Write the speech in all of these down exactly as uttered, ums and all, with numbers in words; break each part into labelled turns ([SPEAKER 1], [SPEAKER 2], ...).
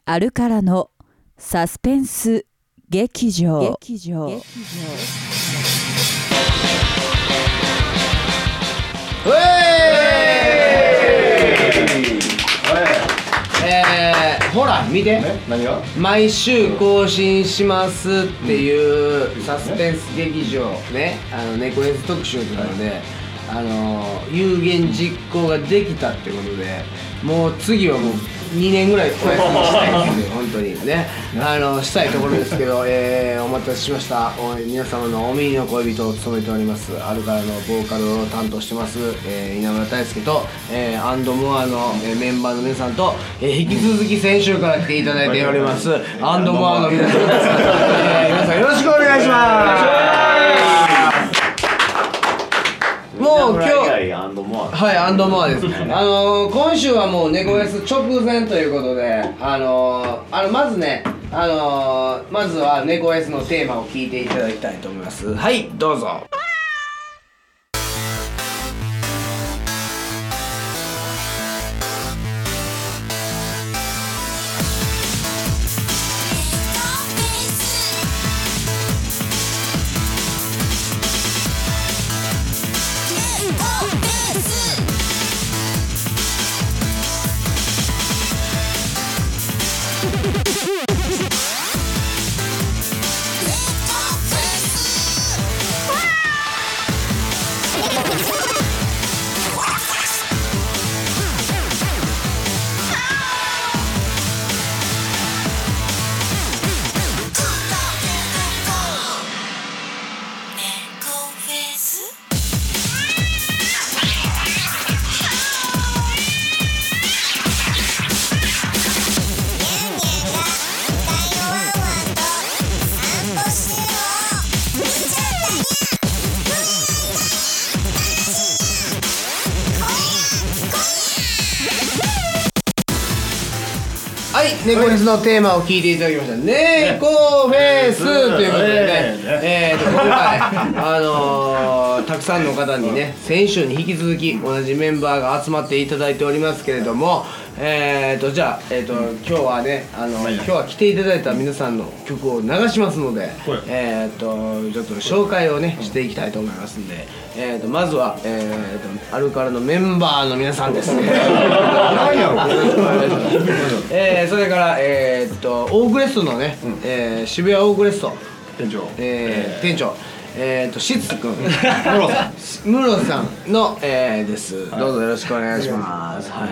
[SPEAKER 1] あるからのサスペンス劇場。劇場劇場
[SPEAKER 2] えー、ほら見て、
[SPEAKER 3] 何が
[SPEAKER 2] 毎週更新しますっていうサスペンス劇場ね、あの猫 S 特集というので、あの有言実行ができたってことで、もう次はもうにねんぐらいお休みしたいんで本当にね、あのしたいところですけど、えー、お待たせしました。お皆様のお耳の恋人を務めておりますアルカラのボーカルを担当してます、えー、稲村大輔と、えー、アンドモアの、えー、メンバーの皆さんと、えー、引き続き先週から来ていただいておりますアンドモアの皆さんです、えー、皆さんよろしくお願いします。もう今日
[SPEAKER 3] アンドモア
[SPEAKER 2] はい、アンドモアです。あのー、今週はもう猫 S 直前ということで、あのー、あのまずね、あのー、まずは猫 S のテーマを聞いていただきたいと思います。はい、どうぞ。はい、猫フェスのテーマを聞いていただきました。猫フェスということでね、えーと今回あのー、たくさんの方にね、先週に引き続き同じメンバーが集まっていただいておりますけれども、えーとじゃあ、えーと今日はね、あの今日は来ていただいた皆さんの曲を流しますので、えーとちょっと紹介をねしていきたいと思いますんで、えーとまずは、えーとアルカラのメンバーの皆さんですね。何やろえー、それから、えー、っとオークレストのね、うんえー、渋谷オークレスト
[SPEAKER 3] 店長、
[SPEAKER 2] えー、店長えー、っとしつくんムロさんムロさんの、えー、です、はい、どうぞよろしくお願いします、はい、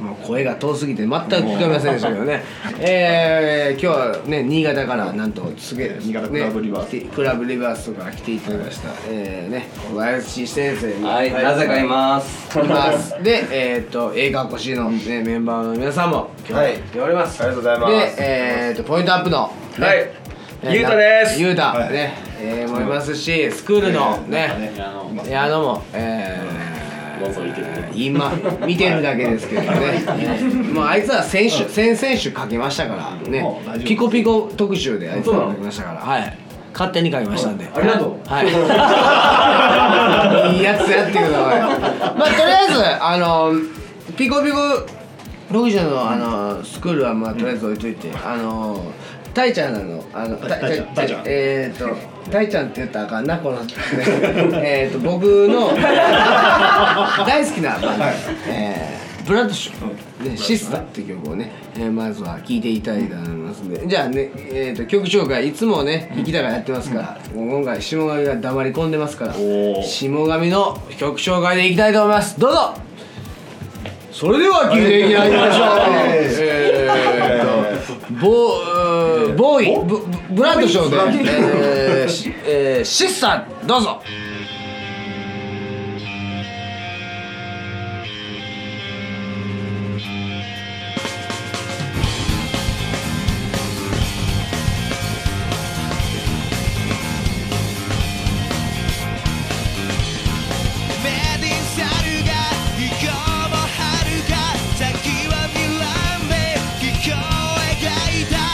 [SPEAKER 2] もう声が遠すぎて全く聞こえませんでしたけどねえー、今日はね新潟からなんとすげえ
[SPEAKER 3] 新潟クラブリバース、
[SPEAKER 2] ね、クラブリバースから来ていただきました、えー、ね小林先生に
[SPEAKER 4] はい、なぜかいます
[SPEAKER 2] いますで、えー、っと映画越しの、ね、メンバーの皆さんも今日来ております、
[SPEAKER 3] はい、ありがとうございます
[SPEAKER 2] で、えー、っとポイントアップの、ね、
[SPEAKER 4] はいゆうたです
[SPEAKER 2] ゆうた、
[SPEAKER 3] はい、
[SPEAKER 2] ね、えー、もいますしスクールのね矢野もえー、今見てるだけですけどね、もうあいつは先週先々週書きましたからね、ピコピコ特集であいつは書きましたから、はい、勝手に書きましたんで、
[SPEAKER 3] ありがとう。
[SPEAKER 2] はいいいやつやってください。まあとりあえずあのピコピコ特集のあのスクールはまあとりあえず置いといて、あのタイちゃんなの、あのタイちゃん、えーとタイちゃんって言ったらあかんなこのえーと僕の大好きなバンド、えー、ブラッドショー、ね、シスターっていう曲をね、えー、まずは聴いていただいたと思いますんで、じゃあね、えーと曲紹介いつもね弾きながらやってますから、今回下上が黙り込んでますから、下上の曲紹介でいきたいと思います。どうぞ。それでは聴いていただきましょう。えーとボーボーイ ブ, ブラッドショーで、えーえー、シスターどうぞ。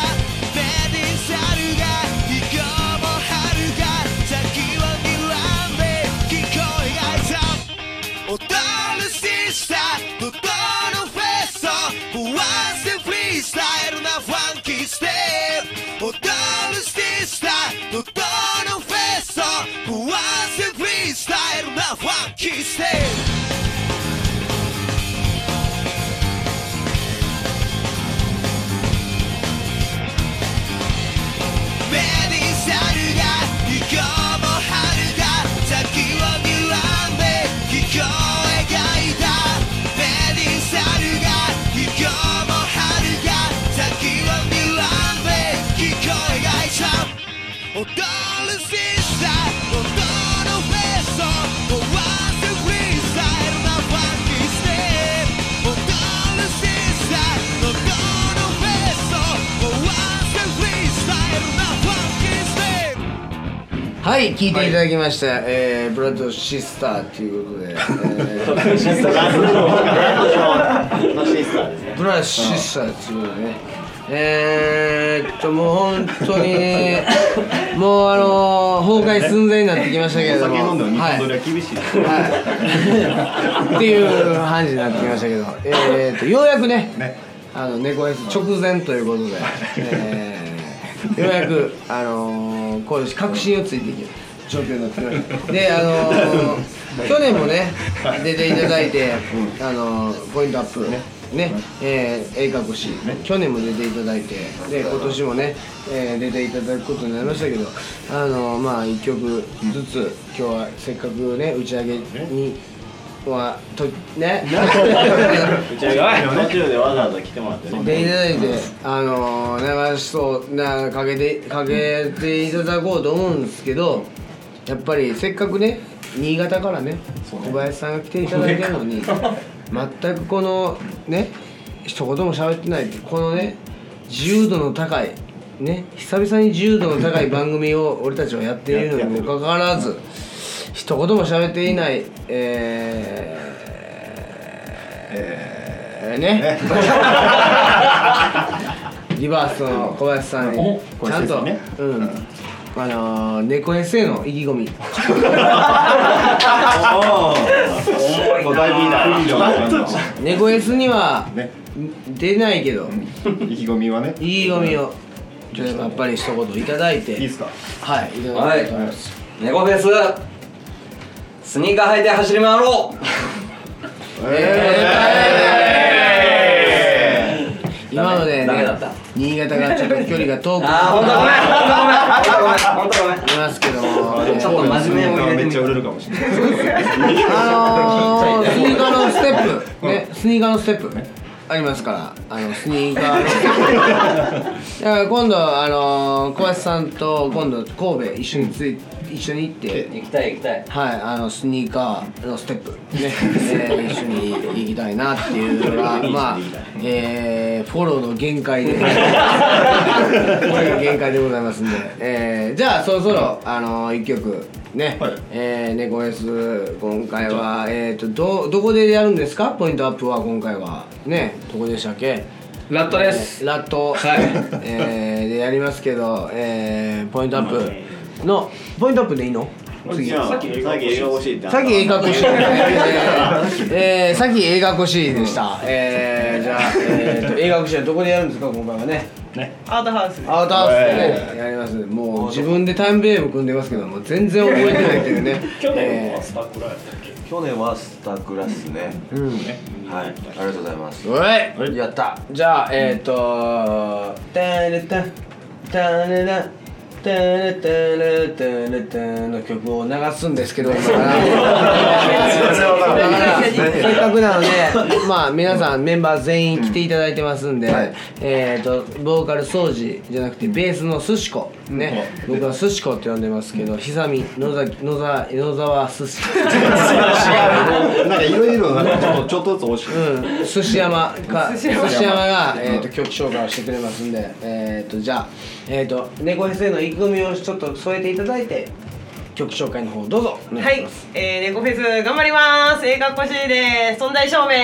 [SPEAKER 5] 先は未来キーステップ踊るシスター怒涛のフェスを壊すフリースタイルなファンキーステップ目に去るが今日も春が先を睨んで気を描いた目に去るが今日も春が先を睨んで気を描いた踊るシスター踊るフェスを壊すフリースタイルなファンキーステップ踊るシスター踊るフェスを壊すフリースタイルなファンキーステップ
[SPEAKER 2] はい、聞いていただきました、はい、えー、ブラッドシスターということで、えー、
[SPEAKER 3] シスターのシスターですね。
[SPEAKER 2] ブラッドシスターということでね、えーっともう本当にねもうあのー、崩壊寸前になってきましたけれども、
[SPEAKER 3] お酒飲んでも日本撮りは厳しいですね。
[SPEAKER 2] はい、っていう感じになってきましたけど、えーっとようやくね、ねあの猫 S 直前ということで、えー、ようやくあのーこういう確信をついていく状況になってきました。で、あのー、去年もね出ていただいて、あのー、ポイントアップね、ねえー、英隠し、ね、去年も出ていただいて、で今年もね、えー、出ていただくことになりましたけど、あのー、まあいっきょくずつ今日はせっかくね打ち上げにはとね
[SPEAKER 3] 打ち上げの途中でわざわざ来てもらってね。
[SPEAKER 2] でいただいて、あのー、流しそうなかけてかけていただこうと思うんですけど、やっぱりせっかくね新潟からね小林さんが来ていただいてるのに全くこのね一言も喋ってないってこのね自由度の高いね久々に自由度の高い番組を俺たちはやっているのにもかかわらず一言も喋っていない、えーえー、ねリバースの小林さんにちゃんと、ね、うん、あのー、猫 エス への意気込み猫 エス には出ないけど
[SPEAKER 3] 意気込みはね
[SPEAKER 2] 意気込みをちょっとやっぱり一言いただいてい
[SPEAKER 3] いですか。
[SPEAKER 2] はいいただきたいと思います。
[SPEAKER 4] 猫フェススニーカー履いて走り回ろう。
[SPEAKER 2] えー、今ので、ね、新潟がちょっと距離が遠く
[SPEAKER 4] あー、ほんとごめんほんとごめんほんとごめんほんとごめん
[SPEAKER 2] いますけども、
[SPEAKER 4] ちょっと真面目を入れてみ
[SPEAKER 3] めっちゃ売れるかもしれない。
[SPEAKER 2] あのー、スニーカーのステップね、スニーカーのステップありますから、あのスニーカーのステップだから今度あのー、小林さんと今度神戸一緒につい一緒に行って
[SPEAKER 4] 行きたい行きたい
[SPEAKER 2] はい、あのスニーカーのステップね、えー、一緒に行きたいなっていうのがまあ、えー、フォローの限界でこれが限界でございますんで、えー、じゃあそろそろあのいっきょくね、はい、えー、猫 S 今回はえーとどどこでやるんですか？ポイントアップは今回はねどこでしたっけ？
[SPEAKER 4] ラットです、
[SPEAKER 2] えー、ラット、はいえー、でやりますけど、えー、ポイントアップのポイントアップでいいの？次
[SPEAKER 3] さっき映画欲しいって
[SPEAKER 2] さっき映画欲しいえー、さっき映画欲しいでした、えー、じゃあ、えー、と映画欲しいはどこでやるんですか今回はね
[SPEAKER 6] アウトハウスで
[SPEAKER 2] アウトハウスで、ね、やります。もう自分でタイムテーブル組んでますけども全然覚えてないっていうね
[SPEAKER 6] 去年はスタクラやったっけ？
[SPEAKER 7] 去年はスタクラっすね。
[SPEAKER 2] うん、
[SPEAKER 7] はい、ありがとうございます。
[SPEAKER 2] おいやった。じゃあえっ、ー、とタレタタレラタレタレタレタの曲を流すんですけど今からせっかくなのでまあ皆さんメンバー全員来ていただいてますんで、はい、えっ、ー、とボーカル掃除じゃなくてベースのすしこね、うん、僕はすしこって呼んでますけど久美野崎野沢野沢すし
[SPEAKER 3] なんかいろいろなんかちょっとずつ惜しい。
[SPEAKER 2] うん、寿司山か寿司山が、えー、と曲紹介をしてくれますんで、えー、とじゃあ、えー、と猫フェスへの意気込みをちょっと添えていただいて曲紹介の方どうぞお願いします。
[SPEAKER 6] はい、えー、猫フェス頑張ります。映画欲しいです。存在証明。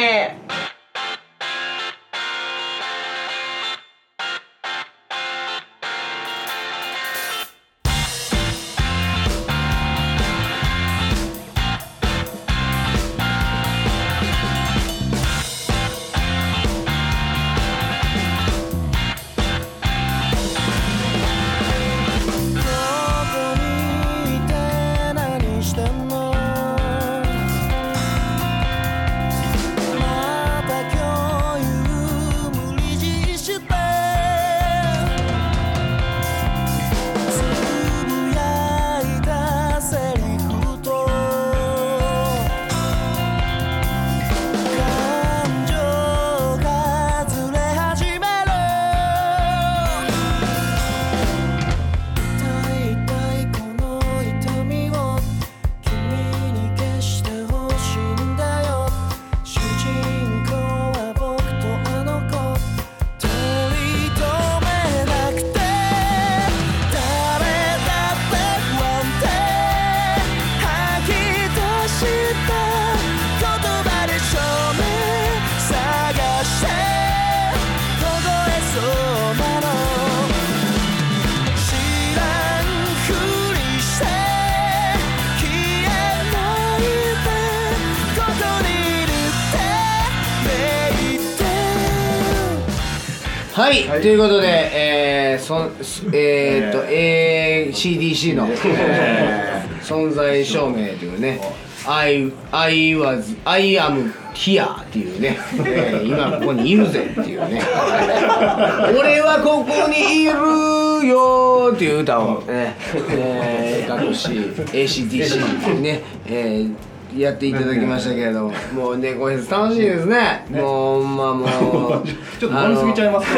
[SPEAKER 2] はい、はい、ということで、えー、そえー、っと エーシーディーシー の、えー、存在証明というねI, I was, I am here っていうね、えー、今ここにいるぜっていうね俺はここにいるよっていう歌をね、えー、隠し エーシーディーシー ね、えー、やっていただきましたけれども、もうねこれ楽しいですね。もうほんまもう
[SPEAKER 3] ちょっと飲みすぎちゃいますね。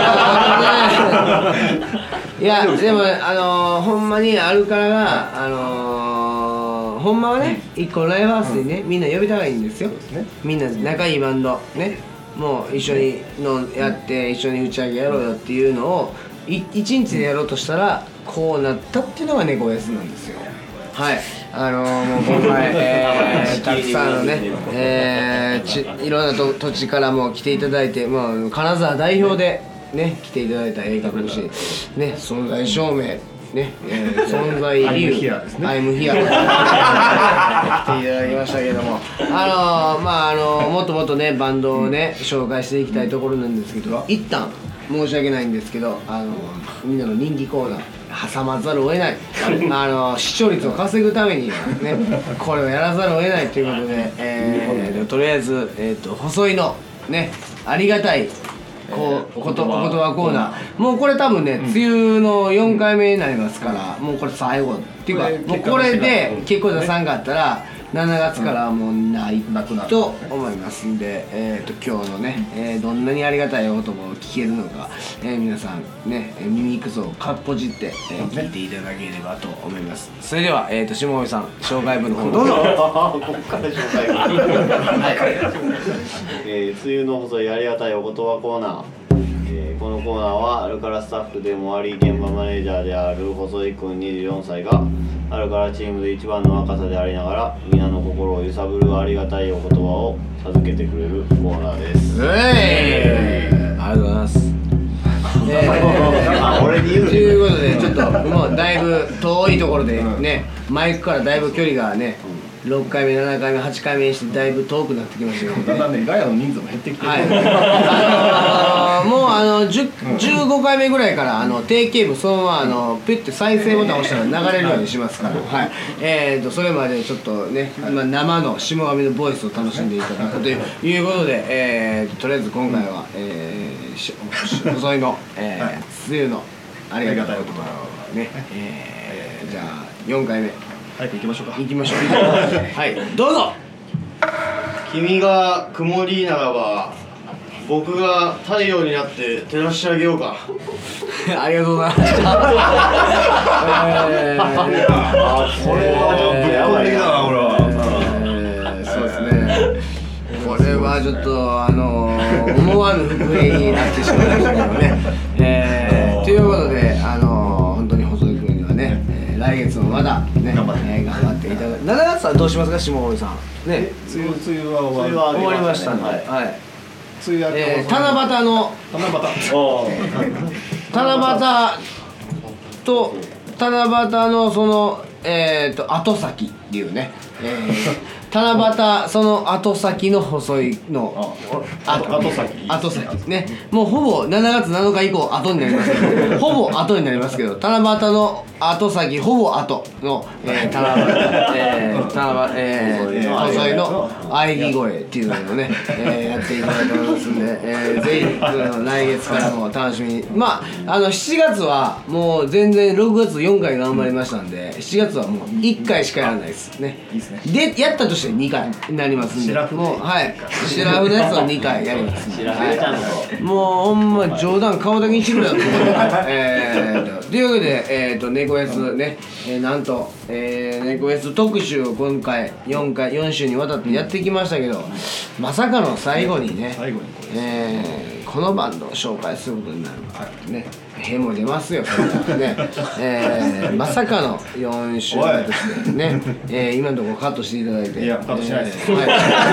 [SPEAKER 2] いやでもあのー、ほんまにあるからがあのーほんまはね、一個のライブハウスにね、みんな呼びたがいいんですよ。みんな仲いいバンドね、もう一緒にのやって一緒に打ち上げやろうよっていうのをい一日でやろうとしたらこうなったっていうのが猫 S なんですよ。はい、あのー、もう今回、えー、たくさんのね、えー、ちいろんなと土地からも来ていただいて、まあ金沢代表でね来ていただいた映画講師ね存在証明。ね、えー、存在理由 I'm here ですね I'm here 来ていただきましたけども、あのー、まああのー、もっともっとねバンドをね紹介していきたいところなんですけど、一旦申し訳ないんですけど、あのー、みんなの人気コーナー挟まざるを得ないあのー、視聴率を稼ぐためにねこれをやらざるを得ないということで、えー、とりあえず、えー、と細いのねありがたいこうことお言葉コーナー、もうこれ多分ね、梅雨のよんかいめになりますから、もうこれ最後っていうか、もうこれで結構出さんかったらしちがつからはもうないと思いますんで、えーと今日のね、えー、どんなにありがたいお言葉を聞けるのか、えー、皆さんね耳くそをかっぽじって、えー、聞いていただければと思います。それでは、えーと下森さん紹介文の方どうぞ。
[SPEAKER 3] ここから紹介文はい、えー、梅雨の細いありがたいお言葉コーナー、えー、このコーナーはアルカラスタッフでもあり現場マネージャーである細井くんにじゅうよんさいがアルカラチームで一番の若さでありながら皆の心を揺さぶるありがたいお言葉を授けてくれるコーナーです。
[SPEAKER 2] えー、ありがとうございます。えー、
[SPEAKER 3] 俺に言う
[SPEAKER 2] ということでちょっともうだいぶ遠いところでね、マイクからだいぶ距離がねろっかいめ、ななかいめ、はちかいめにしてだいぶ遠くなってきましたけど、
[SPEAKER 3] だんだんねガヤの人数も減ってきてる。
[SPEAKER 2] はい、あのー、もうあのじゅう、じゅうごかいめぐらいからあの定型文そのままあのピュッて再生ボタンを押したら流れるようにしますから、はい、えーとそれまでちょっとね、まあ、生の下上のボイスを楽しんでいただくということで、えー、とりあえず今回は、えー、し細いの、えー、梅雨のありがたいことね、えー、じゃあよんかいめ
[SPEAKER 3] 早く行きましょうか。
[SPEAKER 2] 行きましょう。はい、どうぞ。
[SPEAKER 8] 君が曇りならば僕が太陽になって照らしてあげようか。
[SPEAKER 2] ありがとうございました。えー、
[SPEAKER 3] これはちょっとやばいな、これは。
[SPEAKER 2] えー、そうですね。これはちょっとあのー、思わぬ伏兵になってしまいましたけどね。えー、ということであのー、本当に細井君にはね、えー、来月もまだね頑張って、えー、頑張っていただいて。しちがつはどうしますか下森さん。ね。
[SPEAKER 3] 梅雨梅雨は終わり
[SPEAKER 2] 終わりましたね。はい。はい、
[SPEAKER 3] 梅雨明け、
[SPEAKER 2] えー、七夕の
[SPEAKER 3] 七夕
[SPEAKER 2] 七夕と七夕のそのえっと後先っていうね、えー七夕その後先の細いの
[SPEAKER 3] 後先
[SPEAKER 2] 後先ね、もうほぼしちがつなのか以降後になりますけどほぼ後になりますけど、七夕の後先ほぼ後の、えー、七夕えー、七夕えー、細いの喘ぎ声っていうのをね、えー、やっていきたいと思いますんで、えー、ぜひ来月からも楽しみに。まああのしちがつはもう全然ろくがつよんかい頑張りましたんで、しちがつはもういっかいしかやらないですね。
[SPEAKER 3] いいですね。
[SPEAKER 2] でやったとしてにかいになりますんで、もうはいシラフのやつはにかいやりますんで、はい、もうほんま冗談顔だけにしてくれよってことで、えーとというわけでえーと猫 S ね、えー、なんと、えー、猫 S 特集を今回よんかいよん週にわたってやってきましたけど、まさかの最後にね、
[SPEAKER 3] 最後にこれ、
[SPEAKER 2] えー、このバンドを紹介することになるからね、へも出ますよそれはね、えー、まさかのよん週目ですね、えー、今のところカットしていただいて、
[SPEAKER 3] いやカットしないです、
[SPEAKER 2] えー、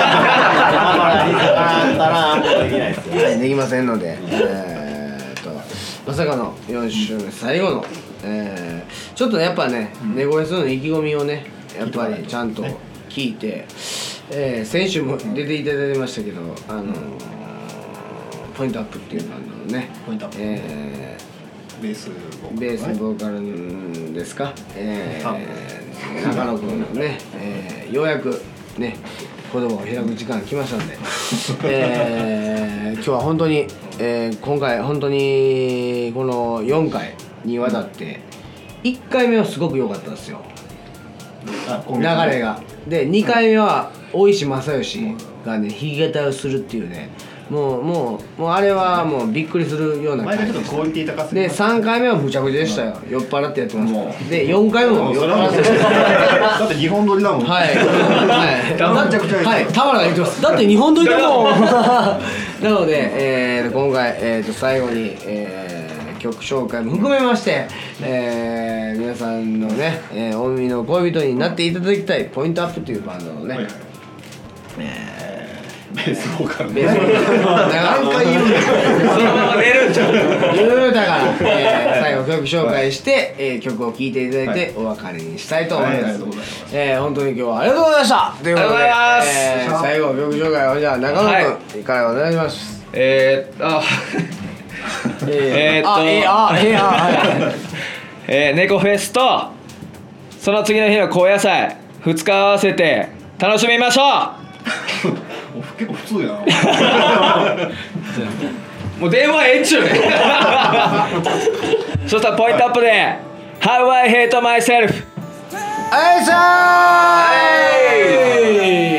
[SPEAKER 2] はいできませんので、えー、とまさかのよん週目最後の、えー、ちょっとやっぱねネゴエスの意気込みをねやっぱりちゃんと聞いて、えー、先週も出ていただきましたけど、あのー、ポイントアップっていうバンドね
[SPEAKER 9] ポイントアップ、
[SPEAKER 2] え
[SPEAKER 9] ベースボーカル、
[SPEAKER 2] ー、ベースボーカルですか、えー、中野君のね、えー、ようやくね子供を開く時間が来ましたんで、えー、今日は本当に、えー、今回本当にこのよんかいにわたっていっかいめはすごく良かったんですよ、流れが。でにかいめは大石正義がね弾き語りをするっていうね、もうもうもうあれはもうびっくりするような
[SPEAKER 9] 前がちょっとクオリティ高すぎ
[SPEAKER 2] でさんかいめはむちゃくちゃでしたよ、酔っ払ってやってましたでよんかいめも酔っ払って
[SPEAKER 9] だって日本撮りだもん。
[SPEAKER 2] はいはい
[SPEAKER 9] めちゃくちゃ
[SPEAKER 2] はい田原が言ってます。だって日本撮りだもんなので、えー、今回、えー、と最後に、えー曲紹介も含めまして、えー、皆さんのね、えー、お耳の恋人になっていただきたいポイントアップというバンドのね、
[SPEAKER 9] はいはい、
[SPEAKER 2] え
[SPEAKER 9] ベースボーカル
[SPEAKER 2] ー、ベースボーカル何回言うんだよ
[SPEAKER 4] そのまま出るんちゃう
[SPEAKER 2] 言うだから、えー、最後曲紹介して、えー、曲を聴いていただいてお別れにしたいと思います、はい、ありがとうございます。えー、本当に今日はありがとうございましたということで、えー、最後曲紹介をじゃあ中野君からお願いします。
[SPEAKER 4] えー、あえーっと
[SPEAKER 2] あ、えー、あ、えー、あ、はい
[SPEAKER 4] えー、猫フェスとその次の日の高野菜ふつか合わせて楽しみましょ
[SPEAKER 9] う結構普通やな
[SPEAKER 4] もう電話ええっちゅうねそしたらポイントアップで How I hate myself
[SPEAKER 2] あいさーい